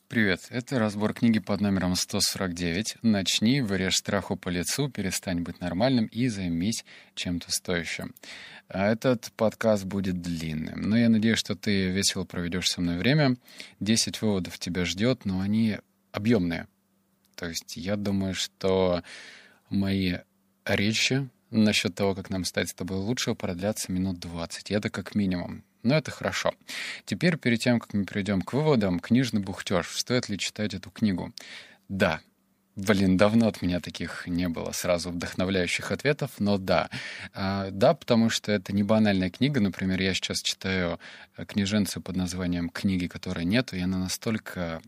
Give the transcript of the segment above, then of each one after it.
Привет, это разбор книги под номером 149. Начни, вырежь страху по лицу, перестань быть нормальным и займись чем-то стоящим. Этот подкаст будет длинным, но я надеюсь, что ты весело проведешь со мной время. 10 выводов тебя ждет, но они объемные. То есть я думаю, что мои речи насчет того, как нам стать с тобой лучше, продлятся минут 20. И это как минимум. Но это хорошо. Теперь, перед тем, как мы перейдем к выводам, книжный бухтеж. Стоит ли читать эту книгу? Да. Давно от меня таких не было сразу вдохновляющих ответов, но да. Да, потому что это не банальная книга. Например, я сейчас читаю книженцию под названием «Книги, которой нету», и она настолько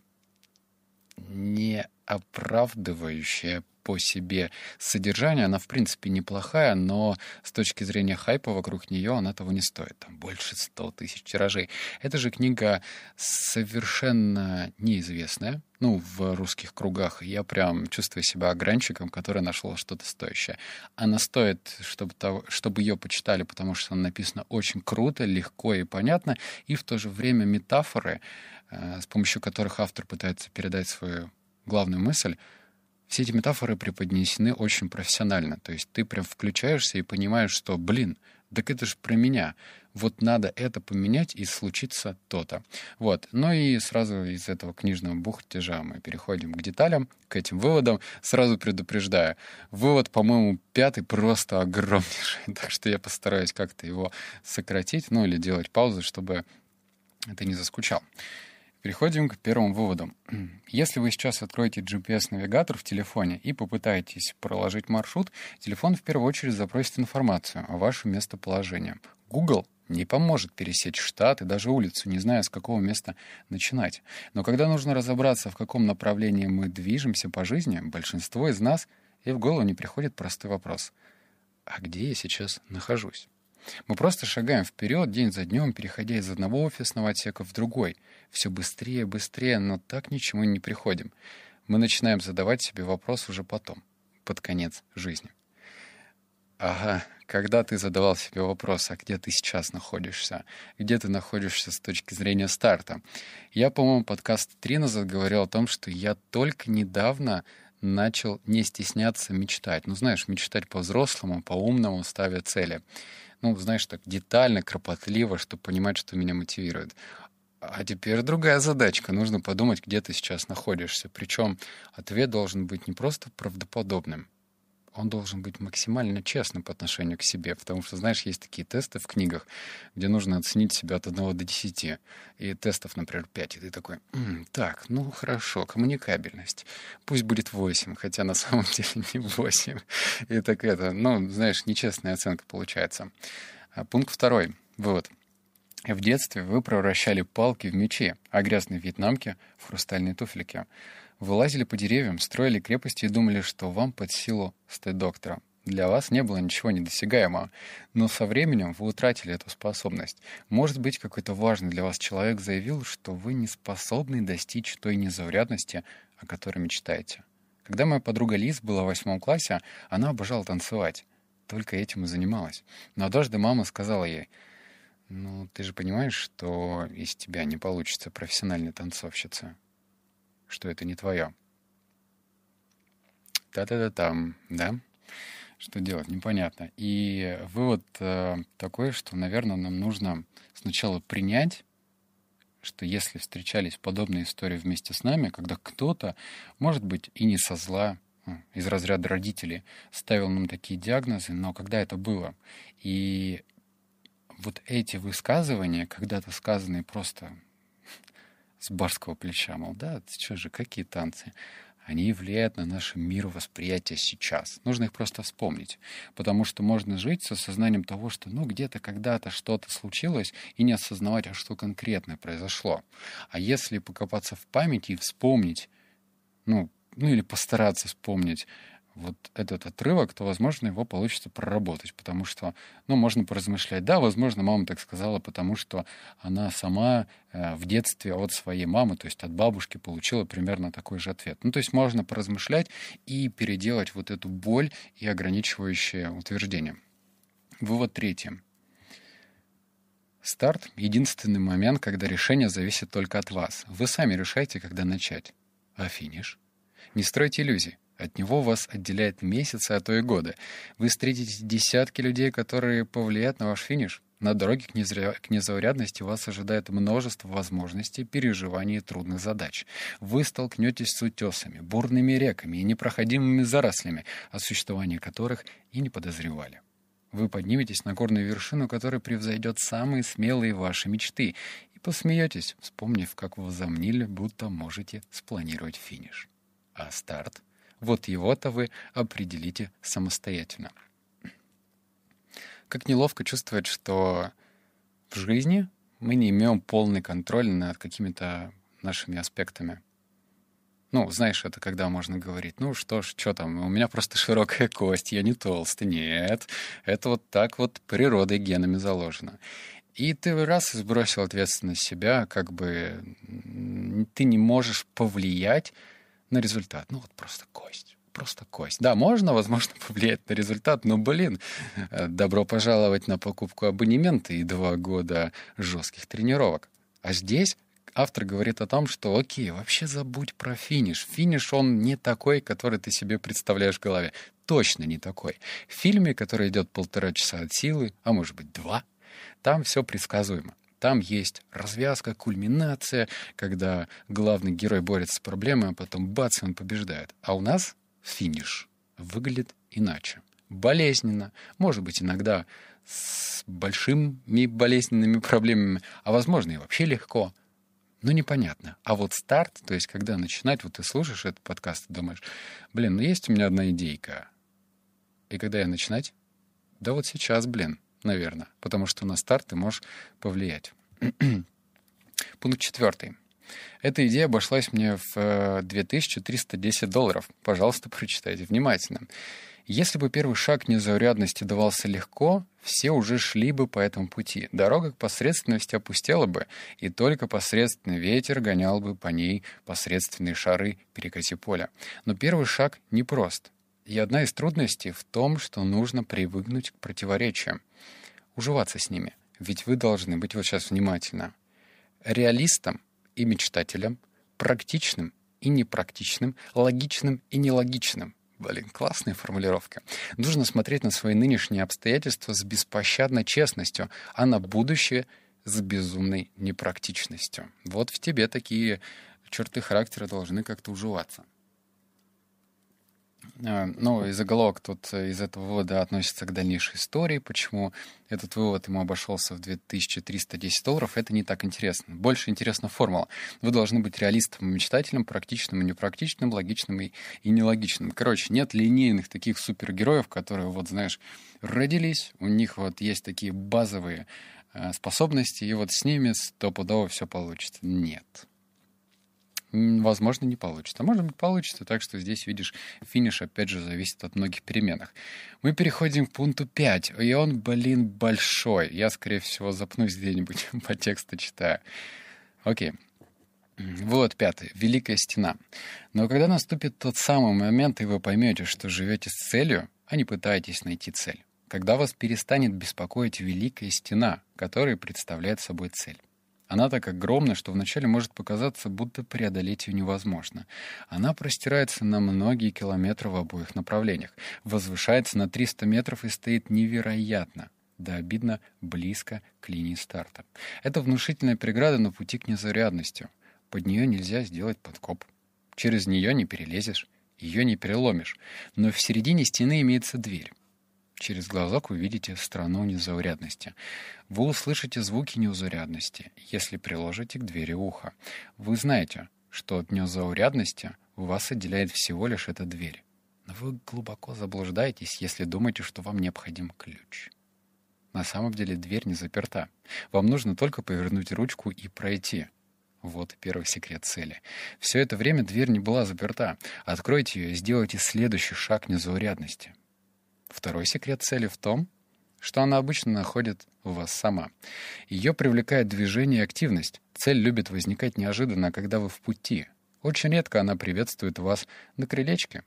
не оправдывающая по себе содержание. Она, в принципе, неплохая, но с точки зрения хайпа вокруг нее она того не стоит. Там больше 100 тысяч тиражей. Эта же книга совершенно неизвестная, в русских кругах. Я прям чувствую себя огранчиком, который нашел что-то стоящее. Она стоит, чтобы ее почитали, потому что она написана очень круто, легко и понятно, и в то же время метафоры, с помощью которых автор пытается передать свою главную мысль, все эти метафоры преподнесены очень профессионально. То есть ты прям включаешься и понимаешь, что, так это же про меня. Вот надо это поменять, и случится то-то. Вот. Ну и сразу из этого книжного бухтежа мы переходим к деталям, к этим выводам. Сразу предупреждаю. Вывод, по-моему, 5 просто огромнейший. Так что я постараюсь как-то его сократить, или делать паузы, чтобы ты не заскучал. Переходим к первым выводам. Если вы сейчас откроете GPS-навигатор в телефоне и попытаетесь проложить маршрут, телефон в первую очередь запросит информацию о вашем местоположении. Google не поможет пересечь штат и даже улицу, не зная, с какого места начинать. Но когда нужно разобраться, в каком направлении мы движемся по жизни, большинство из нас и в голову не приходит простой вопрос. А где я сейчас нахожусь? Мы просто шагаем вперед день за днем, переходя из одного офисного отсека в другой. Все быстрее и быстрее, но так ничему и не приходим. Мы начинаем задавать себе вопрос уже потом, под конец жизни. Ага, когда ты задавал себе вопрос, а где ты сейчас находишься? Где ты находишься с точки зрения старта? Я, по-моему, подкаст 3 назад говорил о том, что я только недавно начал не стесняться мечтать. Мечтать по-взрослому, по-умному, ставя цели. Так детально, кропотливо, чтобы понимать, что меня мотивирует. А теперь другая задачка. Нужно подумать, где ты сейчас находишься. Причем ответ должен быть не просто правдоподобным. Он должен быть максимально честным по отношению к себе. Потому что, есть такие тесты в книгах, где нужно оценить себя от 1 до 10. И тестов, например, 5. И ты такой, хорошо, коммуникабельность. Пусть будет 8, хотя на самом деле не 8. И так нечестная оценка получается. Пункт 2. Вывод. В детстве вы превращали палки в мечи, а грязные вьетнамки — в хрустальные туфлики. Вы лазили по деревьям, строили крепости и думали, что вам под силу стать доктором. Для вас не было ничего недосягаемого, но со временем вы утратили эту способность. Может быть, какой-то важный для вас человек заявил, что вы не способны достичь той незаурядности, о которой мечтаете. Когда моя подруга Лиз была в 8 классе, она обожала танцевать. Только этим и занималась. Но однажды мама сказала ей: ты же понимаешь, что из тебя не получится профессиональной танцовщица, что это не твое. Та-та-та-там, да? Что делать? Непонятно. И вывод такой, что, наверное, нам нужно сначала принять, что если встречались подобные истории вместе с нами, когда кто-то, может быть, и не со зла, из разряда родителей, ставил нам такие диагнозы, но когда это было? И вот эти высказывания, когда-то сказанные просто с барского плеча, какие танцы? Они влияют на наше мировосприятие сейчас. Нужно их просто вспомнить. Потому что можно жить с осознанием того, что где-то когда-то что-то случилось, и не осознавать, а что конкретно произошло. А если покопаться в памяти и вспомнить, или постараться вспомнить вот этот отрывок, то, возможно, его получится проработать, потому что, можно поразмышлять. Да, возможно, мама так сказала, потому что она сама в детстве от своей мамы, то есть от бабушки, получила примерно такой же ответ. То есть можно поразмышлять и переделать вот эту боль и ограничивающее утверждение. Вывод 3. Старт — единственный момент, когда решение зависит только от вас. Вы сами решаете, когда начать. А финиш? Не стройте иллюзий. От него вас отделяет месяцы, а то и годы. Вы встретите десятки людей, которые повлияют на ваш финиш. На дороге к незаурядности вас ожидает множество возможностей, переживаний и трудных задач. Вы столкнетесь с утесами, бурными реками и непроходимыми зарослями, о существовании которых и не подозревали. Вы подниметесь на горную вершину, которая превзойдет самые смелые ваши мечты, и посмеетесь, вспомнив, как вы возомнили, будто можете спланировать финиш. А старт? Вот его-то вы определите самостоятельно. Как неловко чувствовать, что в жизни мы не имеем полный контроль над какими-то нашими аспектами. Ну, знаешь, это когда можно говорить, ну что ж, что там, у меня просто широкая кость, я не толстый. Нет, это вот так вот природой, генами заложено. И ты раз сбросил ответственность себя, как бы ты не можешь повлиять на результат. Ну вот просто кость. Просто кость. Да, можно, возможно, повлиять на результат, но, добро пожаловать на покупку абонемента и 2 года жестких тренировок. А здесь автор говорит о том, что окей, вообще забудь про финиш. Финиш, он не такой, который ты себе представляешь в голове. Точно не такой. В фильме, который идет 1,5 часа от силы, а может быть 2, там все предсказуемо. Там есть развязка, кульминация, когда главный герой борется с проблемой, а потом бац, он побеждает. А у нас финиш выглядит иначе. Болезненно, может быть, иногда с большими болезненными проблемами, а возможно и вообще легко, но непонятно. А вот старт, то есть когда начинать, вот ты слушаешь этот подкаст и думаешь, ну есть у меня одна идейка. И когда я начинать? Да вот сейчас, наверное, потому что на старт ты можешь повлиять. Пункт 4. Эта идея обошлась мне в $2310. Пожалуйста, прочитайте внимательно. Если бы первый шаг к незаурядности давался легко, все уже шли бы по этому пути. Дорога к посредственности опустела бы, и только посредственный ветер гонял бы по ней посредственные шары перекати поля. Но первый шаг непрост. И одна из трудностей в том, что нужно привыкнуть к противоречиям, уживаться с ними. Ведь вы должны быть, вот сейчас внимательно, реалистом и мечтателем, практичным и непрактичным, логичным и нелогичным. Классная формулировка. Нужно смотреть на свои нынешние обстоятельства с беспощадной честностью, а на будущее с безумной непрактичностью. Вот в тебе такие черты характера должны как-то уживаться. И заголовок тут из этого вывода относится к дальнейшей истории. Почему этот вывод ему обошелся в $2310, это не так интересно. Больше интересна формула. Вы должны быть реалистом и мечтателем, практичным и непрактичным, логичным и нелогичным. Короче, нет линейных таких супергероев, которые, родились, у них есть такие базовые способности, и с ними стопудово все получится. Нет. Возможно, не получится. А может быть, получится. Так что здесь, видишь, финиш, опять же, зависит от многих переменных. Мы переходим к пункту 5. И он, большой. Я, скорее всего, запнусь где-нибудь по тексту читаю. Окей. Вывод 5. Великая стена. Но когда наступит тот самый момент, и вы поймете, что живете с целью, а не пытаетесь найти цель, когда вас перестанет беспокоить великая стена, которая представляет собой цель. Она так огромна, что вначале может показаться, будто преодолеть ее невозможно. Она простирается на многие километры в обоих направлениях, возвышается на 300 метров и стоит невероятно, да обидно близко к линии старта. Это внушительная преграда на пути к незаурядности. Под нее нельзя сделать подкоп. Через нее не перелезешь, ее не переломишь. Но в середине стены имеется дверь. Через глазок вы видите страну незаурядности. Вы услышите звуки незаурядности, если приложите к двери ухо. Вы знаете, что от незаурядности вас отделяет всего лишь эта дверь. Но вы глубоко заблуждаетесь, если думаете, что вам необходим ключ. На самом деле дверь не заперта. Вам нужно только повернуть ручку и пройти. Вот первый секрет цели. Все это время дверь не была заперта. Откройте ее и сделайте следующий шаг к незаурядности. Второй секрет цели в том, что она обычно находит в вас сама. Ее привлекает движение и активность. Цель любит возникать неожиданно, когда вы в пути. Очень редко она приветствует вас на крылечке.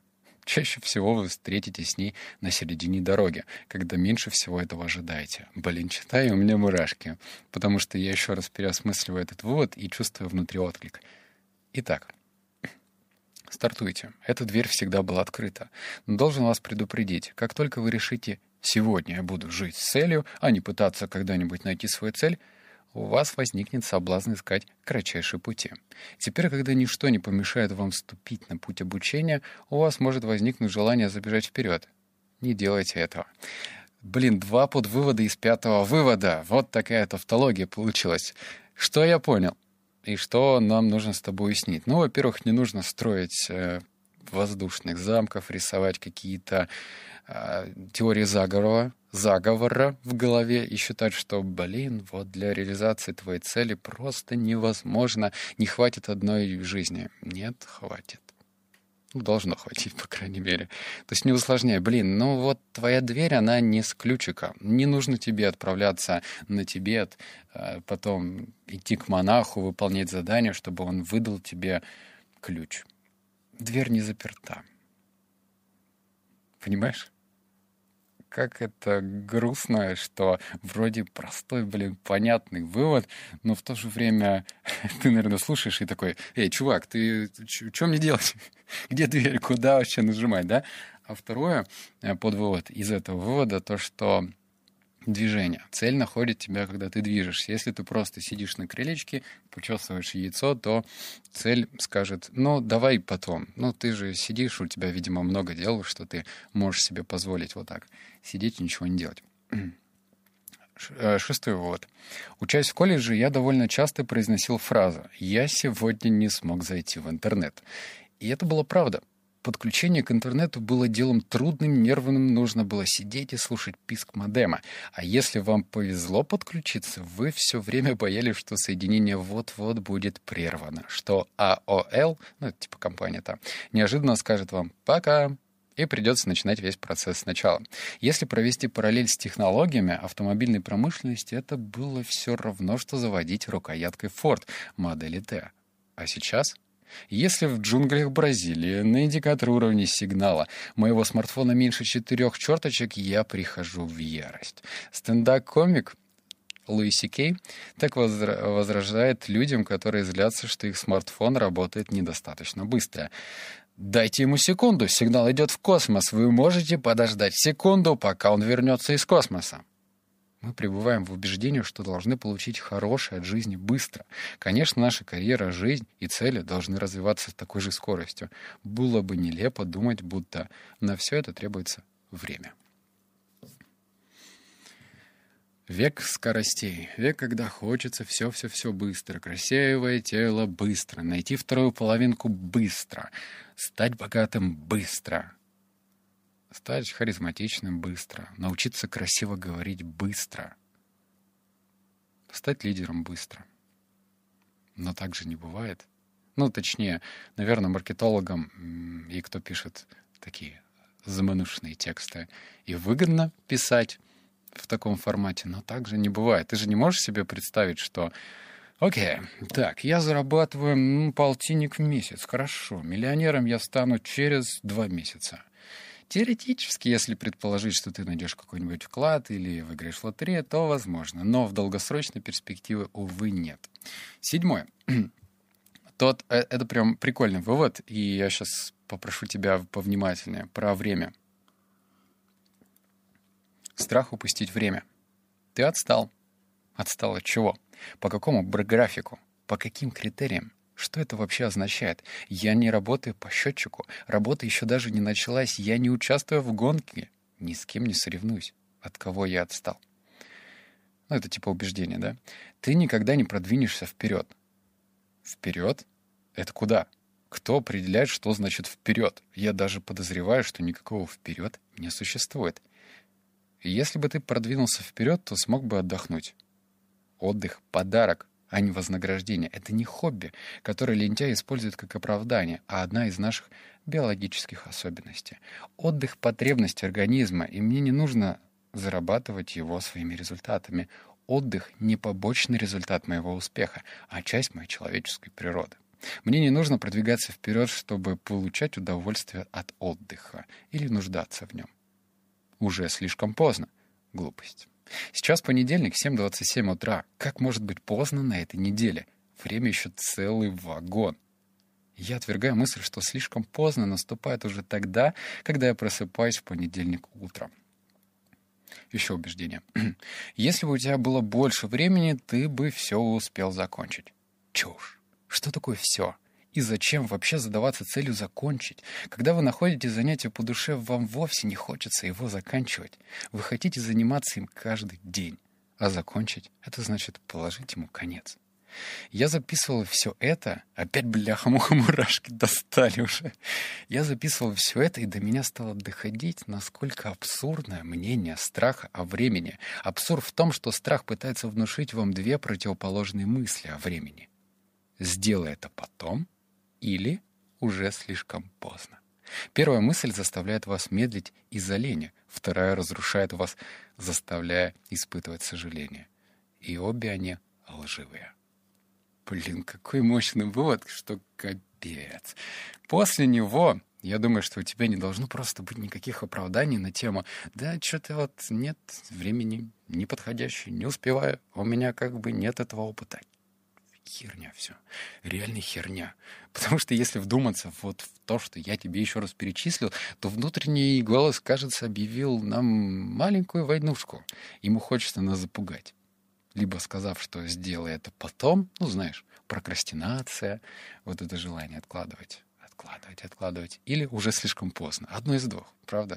Чаще всего вы встретитесь с ней на середине дороги, когда меньше всего этого ожидаете. Блин, читаю, и у меня мурашки, потому что я еще раз переосмысливаю этот вывод и чувствую внутри отклик. Итак, стартуйте. Эта дверь всегда была открыта. Но должен вас предупредить, как только вы решите «сегодня я буду жить с целью», а не пытаться когда-нибудь найти свою цель, у вас возникнет соблазн искать кратчайшие пути. Теперь, когда ничто не помешает вам вступить на путь обучения, у вас может возникнуть желание забежать вперед. Не делайте этого. Блин, 2 подвывода из 5-го вывода. Вот такая тавтология получилась. Что я понял? И что нам нужно с тобой уяснить? Ну, во-первых, не нужно строить воздушных замков, рисовать какие-то теории заговора в голове и считать, что, блин, вот для реализации твоей цели просто невозможно, не хватит одной жизни. Нет, хватит. Ну, должно хватить, по крайней мере. То есть не усложняй. Блин, ну вот твоя дверь, она не с ключика. Не нужно тебе отправляться на Тибет, потом идти к монаху, выполнять задание, чтобы он выдал тебе ключ. Дверь не заперта. Понимаешь? Как это грустно, что вроде простой, блин, понятный вывод, но в то же время ты, наверное, слушаешь и такой: «Эй, чувак, ты что мне делать? Где дверь? Куда вообще нажимать?» да? А второе, подвывод из этого вывода, то, что движение. Цель находит тебя, когда ты движешься. Если ты просто сидишь на крылечке, почесываешь яйцо, то цель скажет: ну, давай потом. Ну, ты же сидишь, у тебя, видимо, много дел, что ты можешь себе позволить вот так сидеть и ничего не делать. 6-й вывод. Учась в колледже, я довольно часто произносил фразу «я сегодня не смог зайти в интернет». И это была правда. Подключение к интернету было делом трудным, нервным, нужно было сидеть и слушать писк модема. А если вам повезло подключиться, вы все время боялись, что соединение вот-вот будет прервано, что AOL, ну, это типа компания там, неожиданно скажет вам «пока», и придется начинать весь процесс сначала. Если провести параллель с технологиями автомобильной промышленности, это было все равно, что заводить рукояткой Ford модели T. А сейчас... Если в джунглях Бразилии на индикатор уровня сигнала моего смартфона меньше 4 черточек, я прихожу в ярость. Стендап-комик Луи Си Кей так возражает людям, которые злятся, что их смартфон работает недостаточно быстро. Дайте ему секунду, сигнал идет в космос. Вы можете подождать секунду, пока он вернется из космоса. Мы пребываем в убеждении, что должны получить хорошее от жизни быстро. Конечно, наша карьера, жизнь и цели должны развиваться с такой же скоростью. Было бы нелепо думать, будто на все это требуется время. Век скоростей. Век, когда хочется все быстро. Красивое тело быстро. Найти вторую половинку быстро. Стать богатым быстро. Стать харизматичным быстро. Научиться красиво говорить быстро. Стать лидером быстро. Но так же не бывает. Ну, точнее, наверное, маркетологам и кто пишет такие заманушные тексты, и выгодно писать в таком формате, но так же не бывает. Ты же не можешь себе представить, что окей, так, я зарабатываю полтинник в месяц. Хорошо, миллионером я стану через 2 месяца. Теоретически, если предположить, что ты найдешь какой-нибудь вклад или выиграешь в лотерею, то возможно. Но в долгосрочной перспективе, увы, нет. 7. Это прям прикольный вывод, и я сейчас попрошу тебя повнимательнее про время. Страх упустить время. Ты отстал. Отстал от чего? По какому графику? По каким критериям? Что это вообще означает? Я не работаю по счетчику. Работа еще даже не началась. Я не участвую в гонке. Ни с кем не соревнуюсь. От кого я отстал? Ну, это типа убеждение, да? Ты никогда не продвинешься вперед. Вперед? Это куда? Кто определяет, что значит вперед? Я даже подозреваю, что никакого вперед не существует. И если бы ты продвинулся вперед, то смог бы отдохнуть. Отдых — подарок, а не вознаграждение. Это не хобби, которое лентяй использует как оправдание, а одна из наших биологических особенностей. Отдых — потребность организма, и мне не нужно зарабатывать его своими результатами. Отдых — не побочный результат моего успеха, а часть моей человеческой природы. Мне не нужно продвигаться вперед, чтобы получать удовольствие от отдыха или нуждаться в нем. Уже слишком поздно. Глупость. Сейчас понедельник, 7:27 утра. Как может быть поздно на этой неделе? Время еще целый вагон. Я отвергаю мысль, что слишком поздно наступает уже тогда, когда я просыпаюсь в понедельник утром. Еще убеждение. Если бы у тебя было больше времени, ты бы все успел закончить. Чушь. Что такое «все»? И зачем вообще задаваться целью закончить? Когда вы находите занятие по душе, вам вовсе не хочется его заканчивать. Вы хотите заниматься им каждый день. А закончить — это значит положить ему конец. Я записывал все это, опять бляха-муха мурашки достали уже. Я записывал все это, и до меня стало доходить, насколько абсурдное мнение страха о времени. Абсурд в том, что страх пытается внушить вам две противоположные мысли о времени. Сделай это потом или уже слишком поздно. Первая мысль заставляет вас медлить из-за лени, вторая разрушает вас, заставляя испытывать сожаление. И обе они лживые. Блин, какой мощный вывод, что капец. После него, я думаю, что у тебя не должно просто быть никаких оправданий на тему «да, что-то вот нет времени, неподходящее, не успеваю, у меня как бы нет этого опыта». Херня все. Реально херня. Потому что если вдуматься вот в то, что я тебе еще раз перечислил, то внутренний голос, кажется, объявил нам маленькую войнушку. Ему хочется нас запугать. Либо сказав, что сделай это потом, ну, знаешь, прокрастинация, вот это желание откладывать. Или уже слишком поздно. Одно из двух, правда?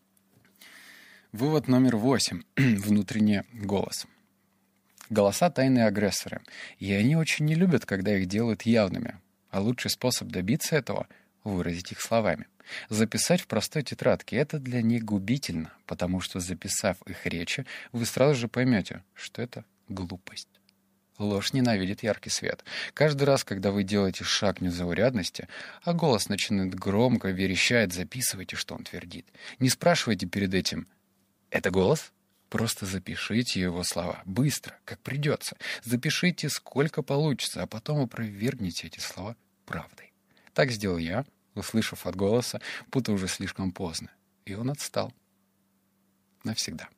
Вывод номер 8. Внутренний голос. Голоса — тайные агрессоры, и они очень не любят, когда их делают явными. А лучший способ добиться этого — выразить их словами. Записать в простой тетрадке — это для них губительно, потому что, записав их речи, вы сразу же поймете, что это глупость. Ложь ненавидит яркий свет. Каждый раз, когда вы делаете шаг к незаурядности, а голос начинает громко верещать, записывайте, что он твердит. Не спрашивайте перед этим «это голос?». Просто запишите его слова. Быстро, как придется. Запишите, сколько получится, а потом опровергните эти слова правдой. Так сделал я, услышав от голоса, будто уже слишком поздно. И он отстал. Навсегда.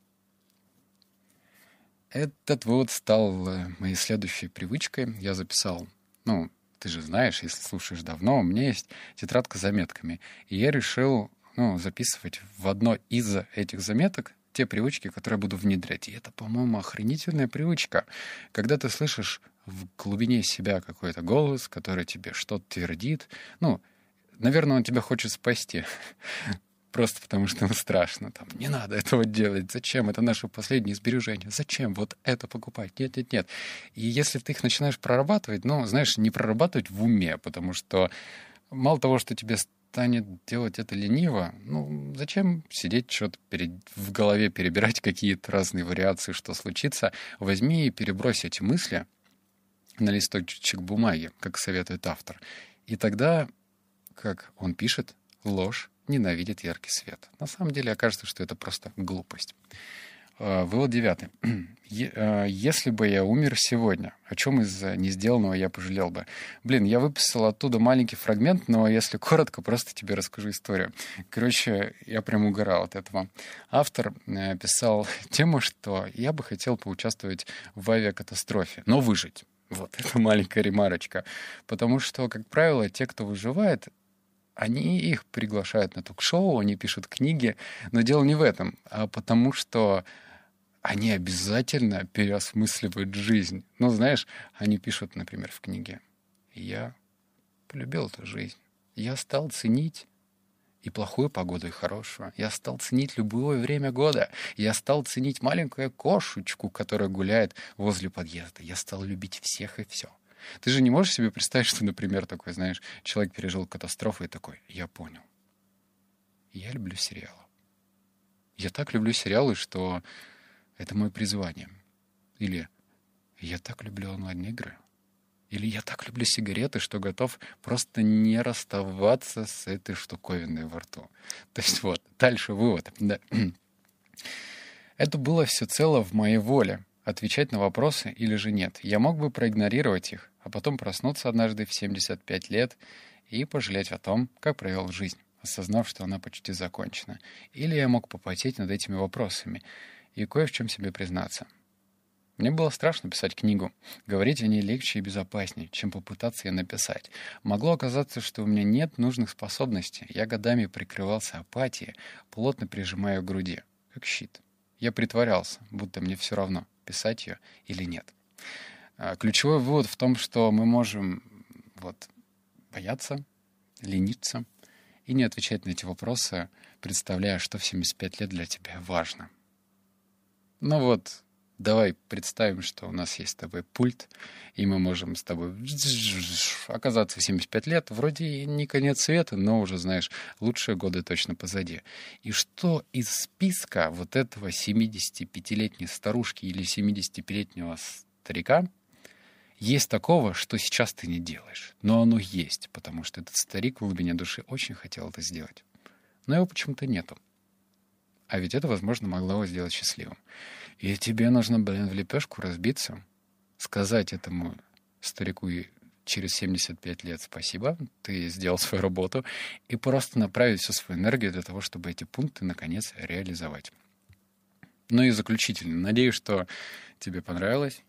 Этот вывод стал моей следующей привычкой. Я записал, ты же знаешь, если слушаешь давно, у меня есть тетрадка с заметками. И я решил, записывать в одной из этих заметок те привычки, которые я буду внедрять. И это, по-моему, охренительная привычка. Когда ты слышишь в глубине себя какой-то голос, который тебе что-то твердит, наверное, он тебя хочет спасти. Просто потому что ему страшно. Не надо этого делать. Зачем? Это наше последнее сбережение. Зачем вот это покупать? Нет. И если ты их начинаешь прорабатывать, не прорабатывать в уме, потому что мало того, что тебе станет делать это лениво, зачем сидеть что-то в голове, перебирать какие-то разные вариации, что случится. Возьми и перебрось эти мысли на листочек бумаги, как советует автор. И тогда, как он пишет, ложь ненавидит яркий свет. На самом деле окажется, что это просто глупость. Вывод 9. Если бы я умер сегодня, о чем из не сделанного я пожалел бы? Я выписал оттуда маленький фрагмент, но если коротко, просто тебе расскажу историю. Короче, я прям угорал от этого. Автор писал тему, что я бы хотел поучаствовать в авиакатастрофе, но выжить. Вот, это маленькая ремарочка. Потому что, как правило, те, кто выживает, они их приглашают на ток-шоу, они пишут книги, но дело не в этом, а потому что они обязательно переосмысливают жизнь. Они пишут, например, в книге: «Я полюбил эту жизнь. Я стал ценить и плохую погоду, и хорошую. Я стал ценить любое время года. Я стал ценить маленькую кошечку, которая гуляет возле подъезда. Я стал любить всех и все». Ты же не можешь себе представить, что, например, такой, человек пережил катастрофу и такой: «Я понял. Я люблю сериалы. Я так люблю сериалы, что это мое призвание». Или «Я так люблю онлайн-игры». Или «Я так люблю сигареты, что готов просто не расставаться с этой штуковиной во рту». То есть дальше вывод. Да. Это было всецело в моей воле. Отвечать на вопросы или же нет. Я мог бы проигнорировать их, а потом проснуться однажды в 75 лет и пожалеть о том, как провел жизнь, осознав, что она почти закончена. Или я мог попотеть над этими вопросами и кое в чем себе признаться. Мне было страшно писать книгу. Говорить о ней легче и безопаснее, чем попытаться ее написать. Могло оказаться, что у меня нет нужных способностей. Я годами прикрывался апатией, плотно прижимая ее к груди, как щит. Я притворялся, будто мне все равно, писать ее или нет. Ключевой вывод в том, что мы можем бояться, лениться и не отвечать на эти вопросы, представляя, что в 75 лет для тебя важно. Давай представим, что у нас есть с тобой пульт, и мы можем с тобой оказаться в 75 лет. Вроде и не конец света, но уже, знаешь, лучшие годы точно позади. И что из списка вот этого 75-летней старушки или 75-летнего старика есть такого, что сейчас ты не делаешь? Но оно есть, потому что этот старик в глубине души очень хотел это сделать. Но его почему-то нету. А ведь это, возможно, могло его сделать счастливым. И тебе нужно, в лепешку разбиться, сказать этому старику через 75 лет спасибо, ты сделал свою работу, и просто направить всю свою энергию для того, чтобы эти пункты, наконец, реализовать. Ну и заключительно. Надеюсь, что тебе понравилось.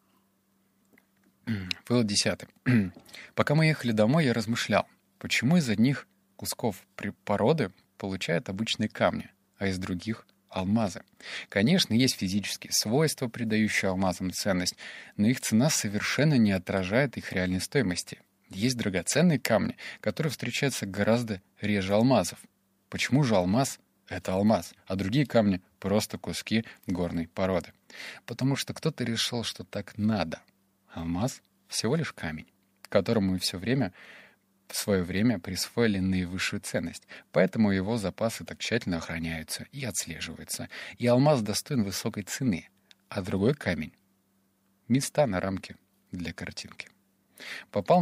Вывод 10. Пока мы ехали домой, я размышлял, почему из одних кусков породы получают обычные камни, а из других — алмазы. Конечно, есть физические свойства, придающие алмазам ценность, но их цена совершенно не отражает их реальной стоимости. Есть драгоценные камни, которые встречаются гораздо реже алмазов. Почему же алмаз — это алмаз, а другие камни — просто куски горной породы? Потому что кто-то решил, что так надо. Алмаз — всего лишь камень, которому мы в свое время присвоили наивысшую ценность, поэтому его запасы так тщательно охраняются и отслеживаются. И алмаз достоин высокой цены, а другой камень — места на рамке для картинки. Попав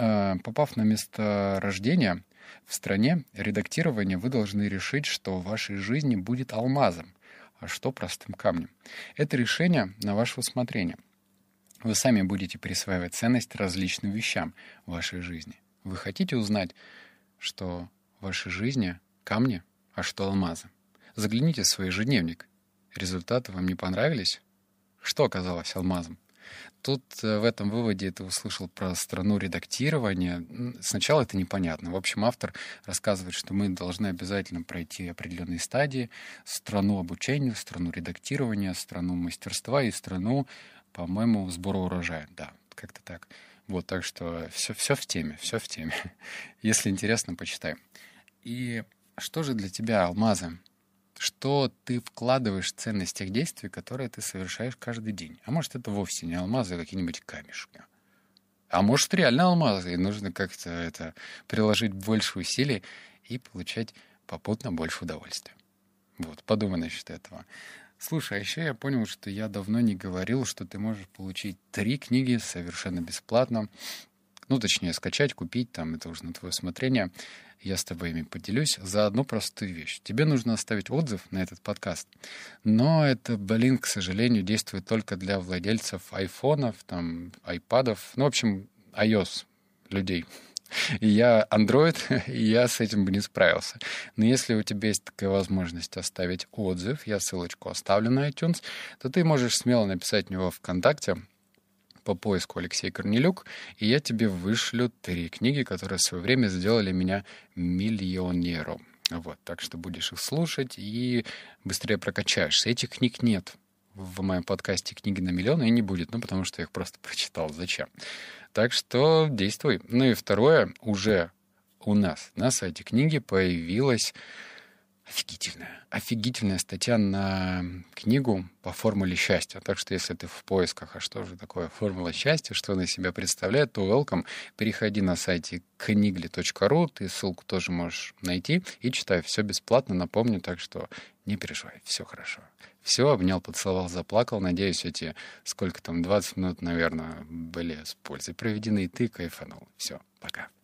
на место рождения в стране редактирования, вы должны решить, что в вашей жизни будет алмазом, а что простым камнем. Это решение на ваше усмотрение. Вы сами будете присваивать ценность различным вещам в вашей жизни. Вы хотите узнать, что в вашей жизни камни, а что алмазы? Загляните в свой ежедневник. Результаты вам не понравились? Что оказалось алмазом? Тут в этом выводе ты услышал про страну редактирования. Сначала это непонятно. В общем, автор рассказывает, что мы должны обязательно пройти определенные стадии: страну обучения, страну редактирования, страну мастерства и страну, по-моему, сбора урожая. Да, как-то так. Так что все в теме, все в теме. Если интересно, почитай. И что же для тебя алмазы? Что ты вкладываешь в ценность тех действий, которые ты совершаешь каждый день? А может, это вовсе не алмазы, а какие-нибудь камешки? А может, реально алмазы, и нужно как-то приложить больше усилий и получать попутно больше удовольствия. Подумай насчет этого. Слушай, а еще я понял, что я давно не говорил, что ты можешь получить 3 книги совершенно бесплатно. Точнее, скачать, купить, это уже на твое усмотрение. Я с тобой ими поделюсь за одну простую вещь. Тебе нужно оставить отзыв на этот подкаст. Но это, к сожалению, действует только для владельцев айфонов, айпадов, в общем, iOS людей. И я Android, и я с этим бы не справился. Но если у тебя есть такая возможность оставить отзыв, я ссылочку оставлю на iTunes, то ты можешь смело написать в него ВКонтакте по поиску Алексей Корнелюк, и я тебе вышлю 3 книги, которые в свое время сделали меня миллионером. Так что будешь их слушать и быстрее прокачаешься. Этих книг нет в моем подкасте «Книги на миллион», и не будет, потому что я их просто прочитал. Зачем? Так что действуй. И второе, уже у нас на сайте книги появилась офигительная статья на книгу по формуле счастья. Так что если ты в поисках, а что же такое формула счастья, что она из себя представляет, то welcome. Переходи на сайте knigli.ru, ты ссылку тоже можешь найти и читай. Все бесплатно, напомню, так что не переживай, все хорошо. Все, обнял, поцеловал, заплакал. Надеюсь, эти 20 минут, наверное, были с пользой проведены, и ты кайфанул. Все, пока.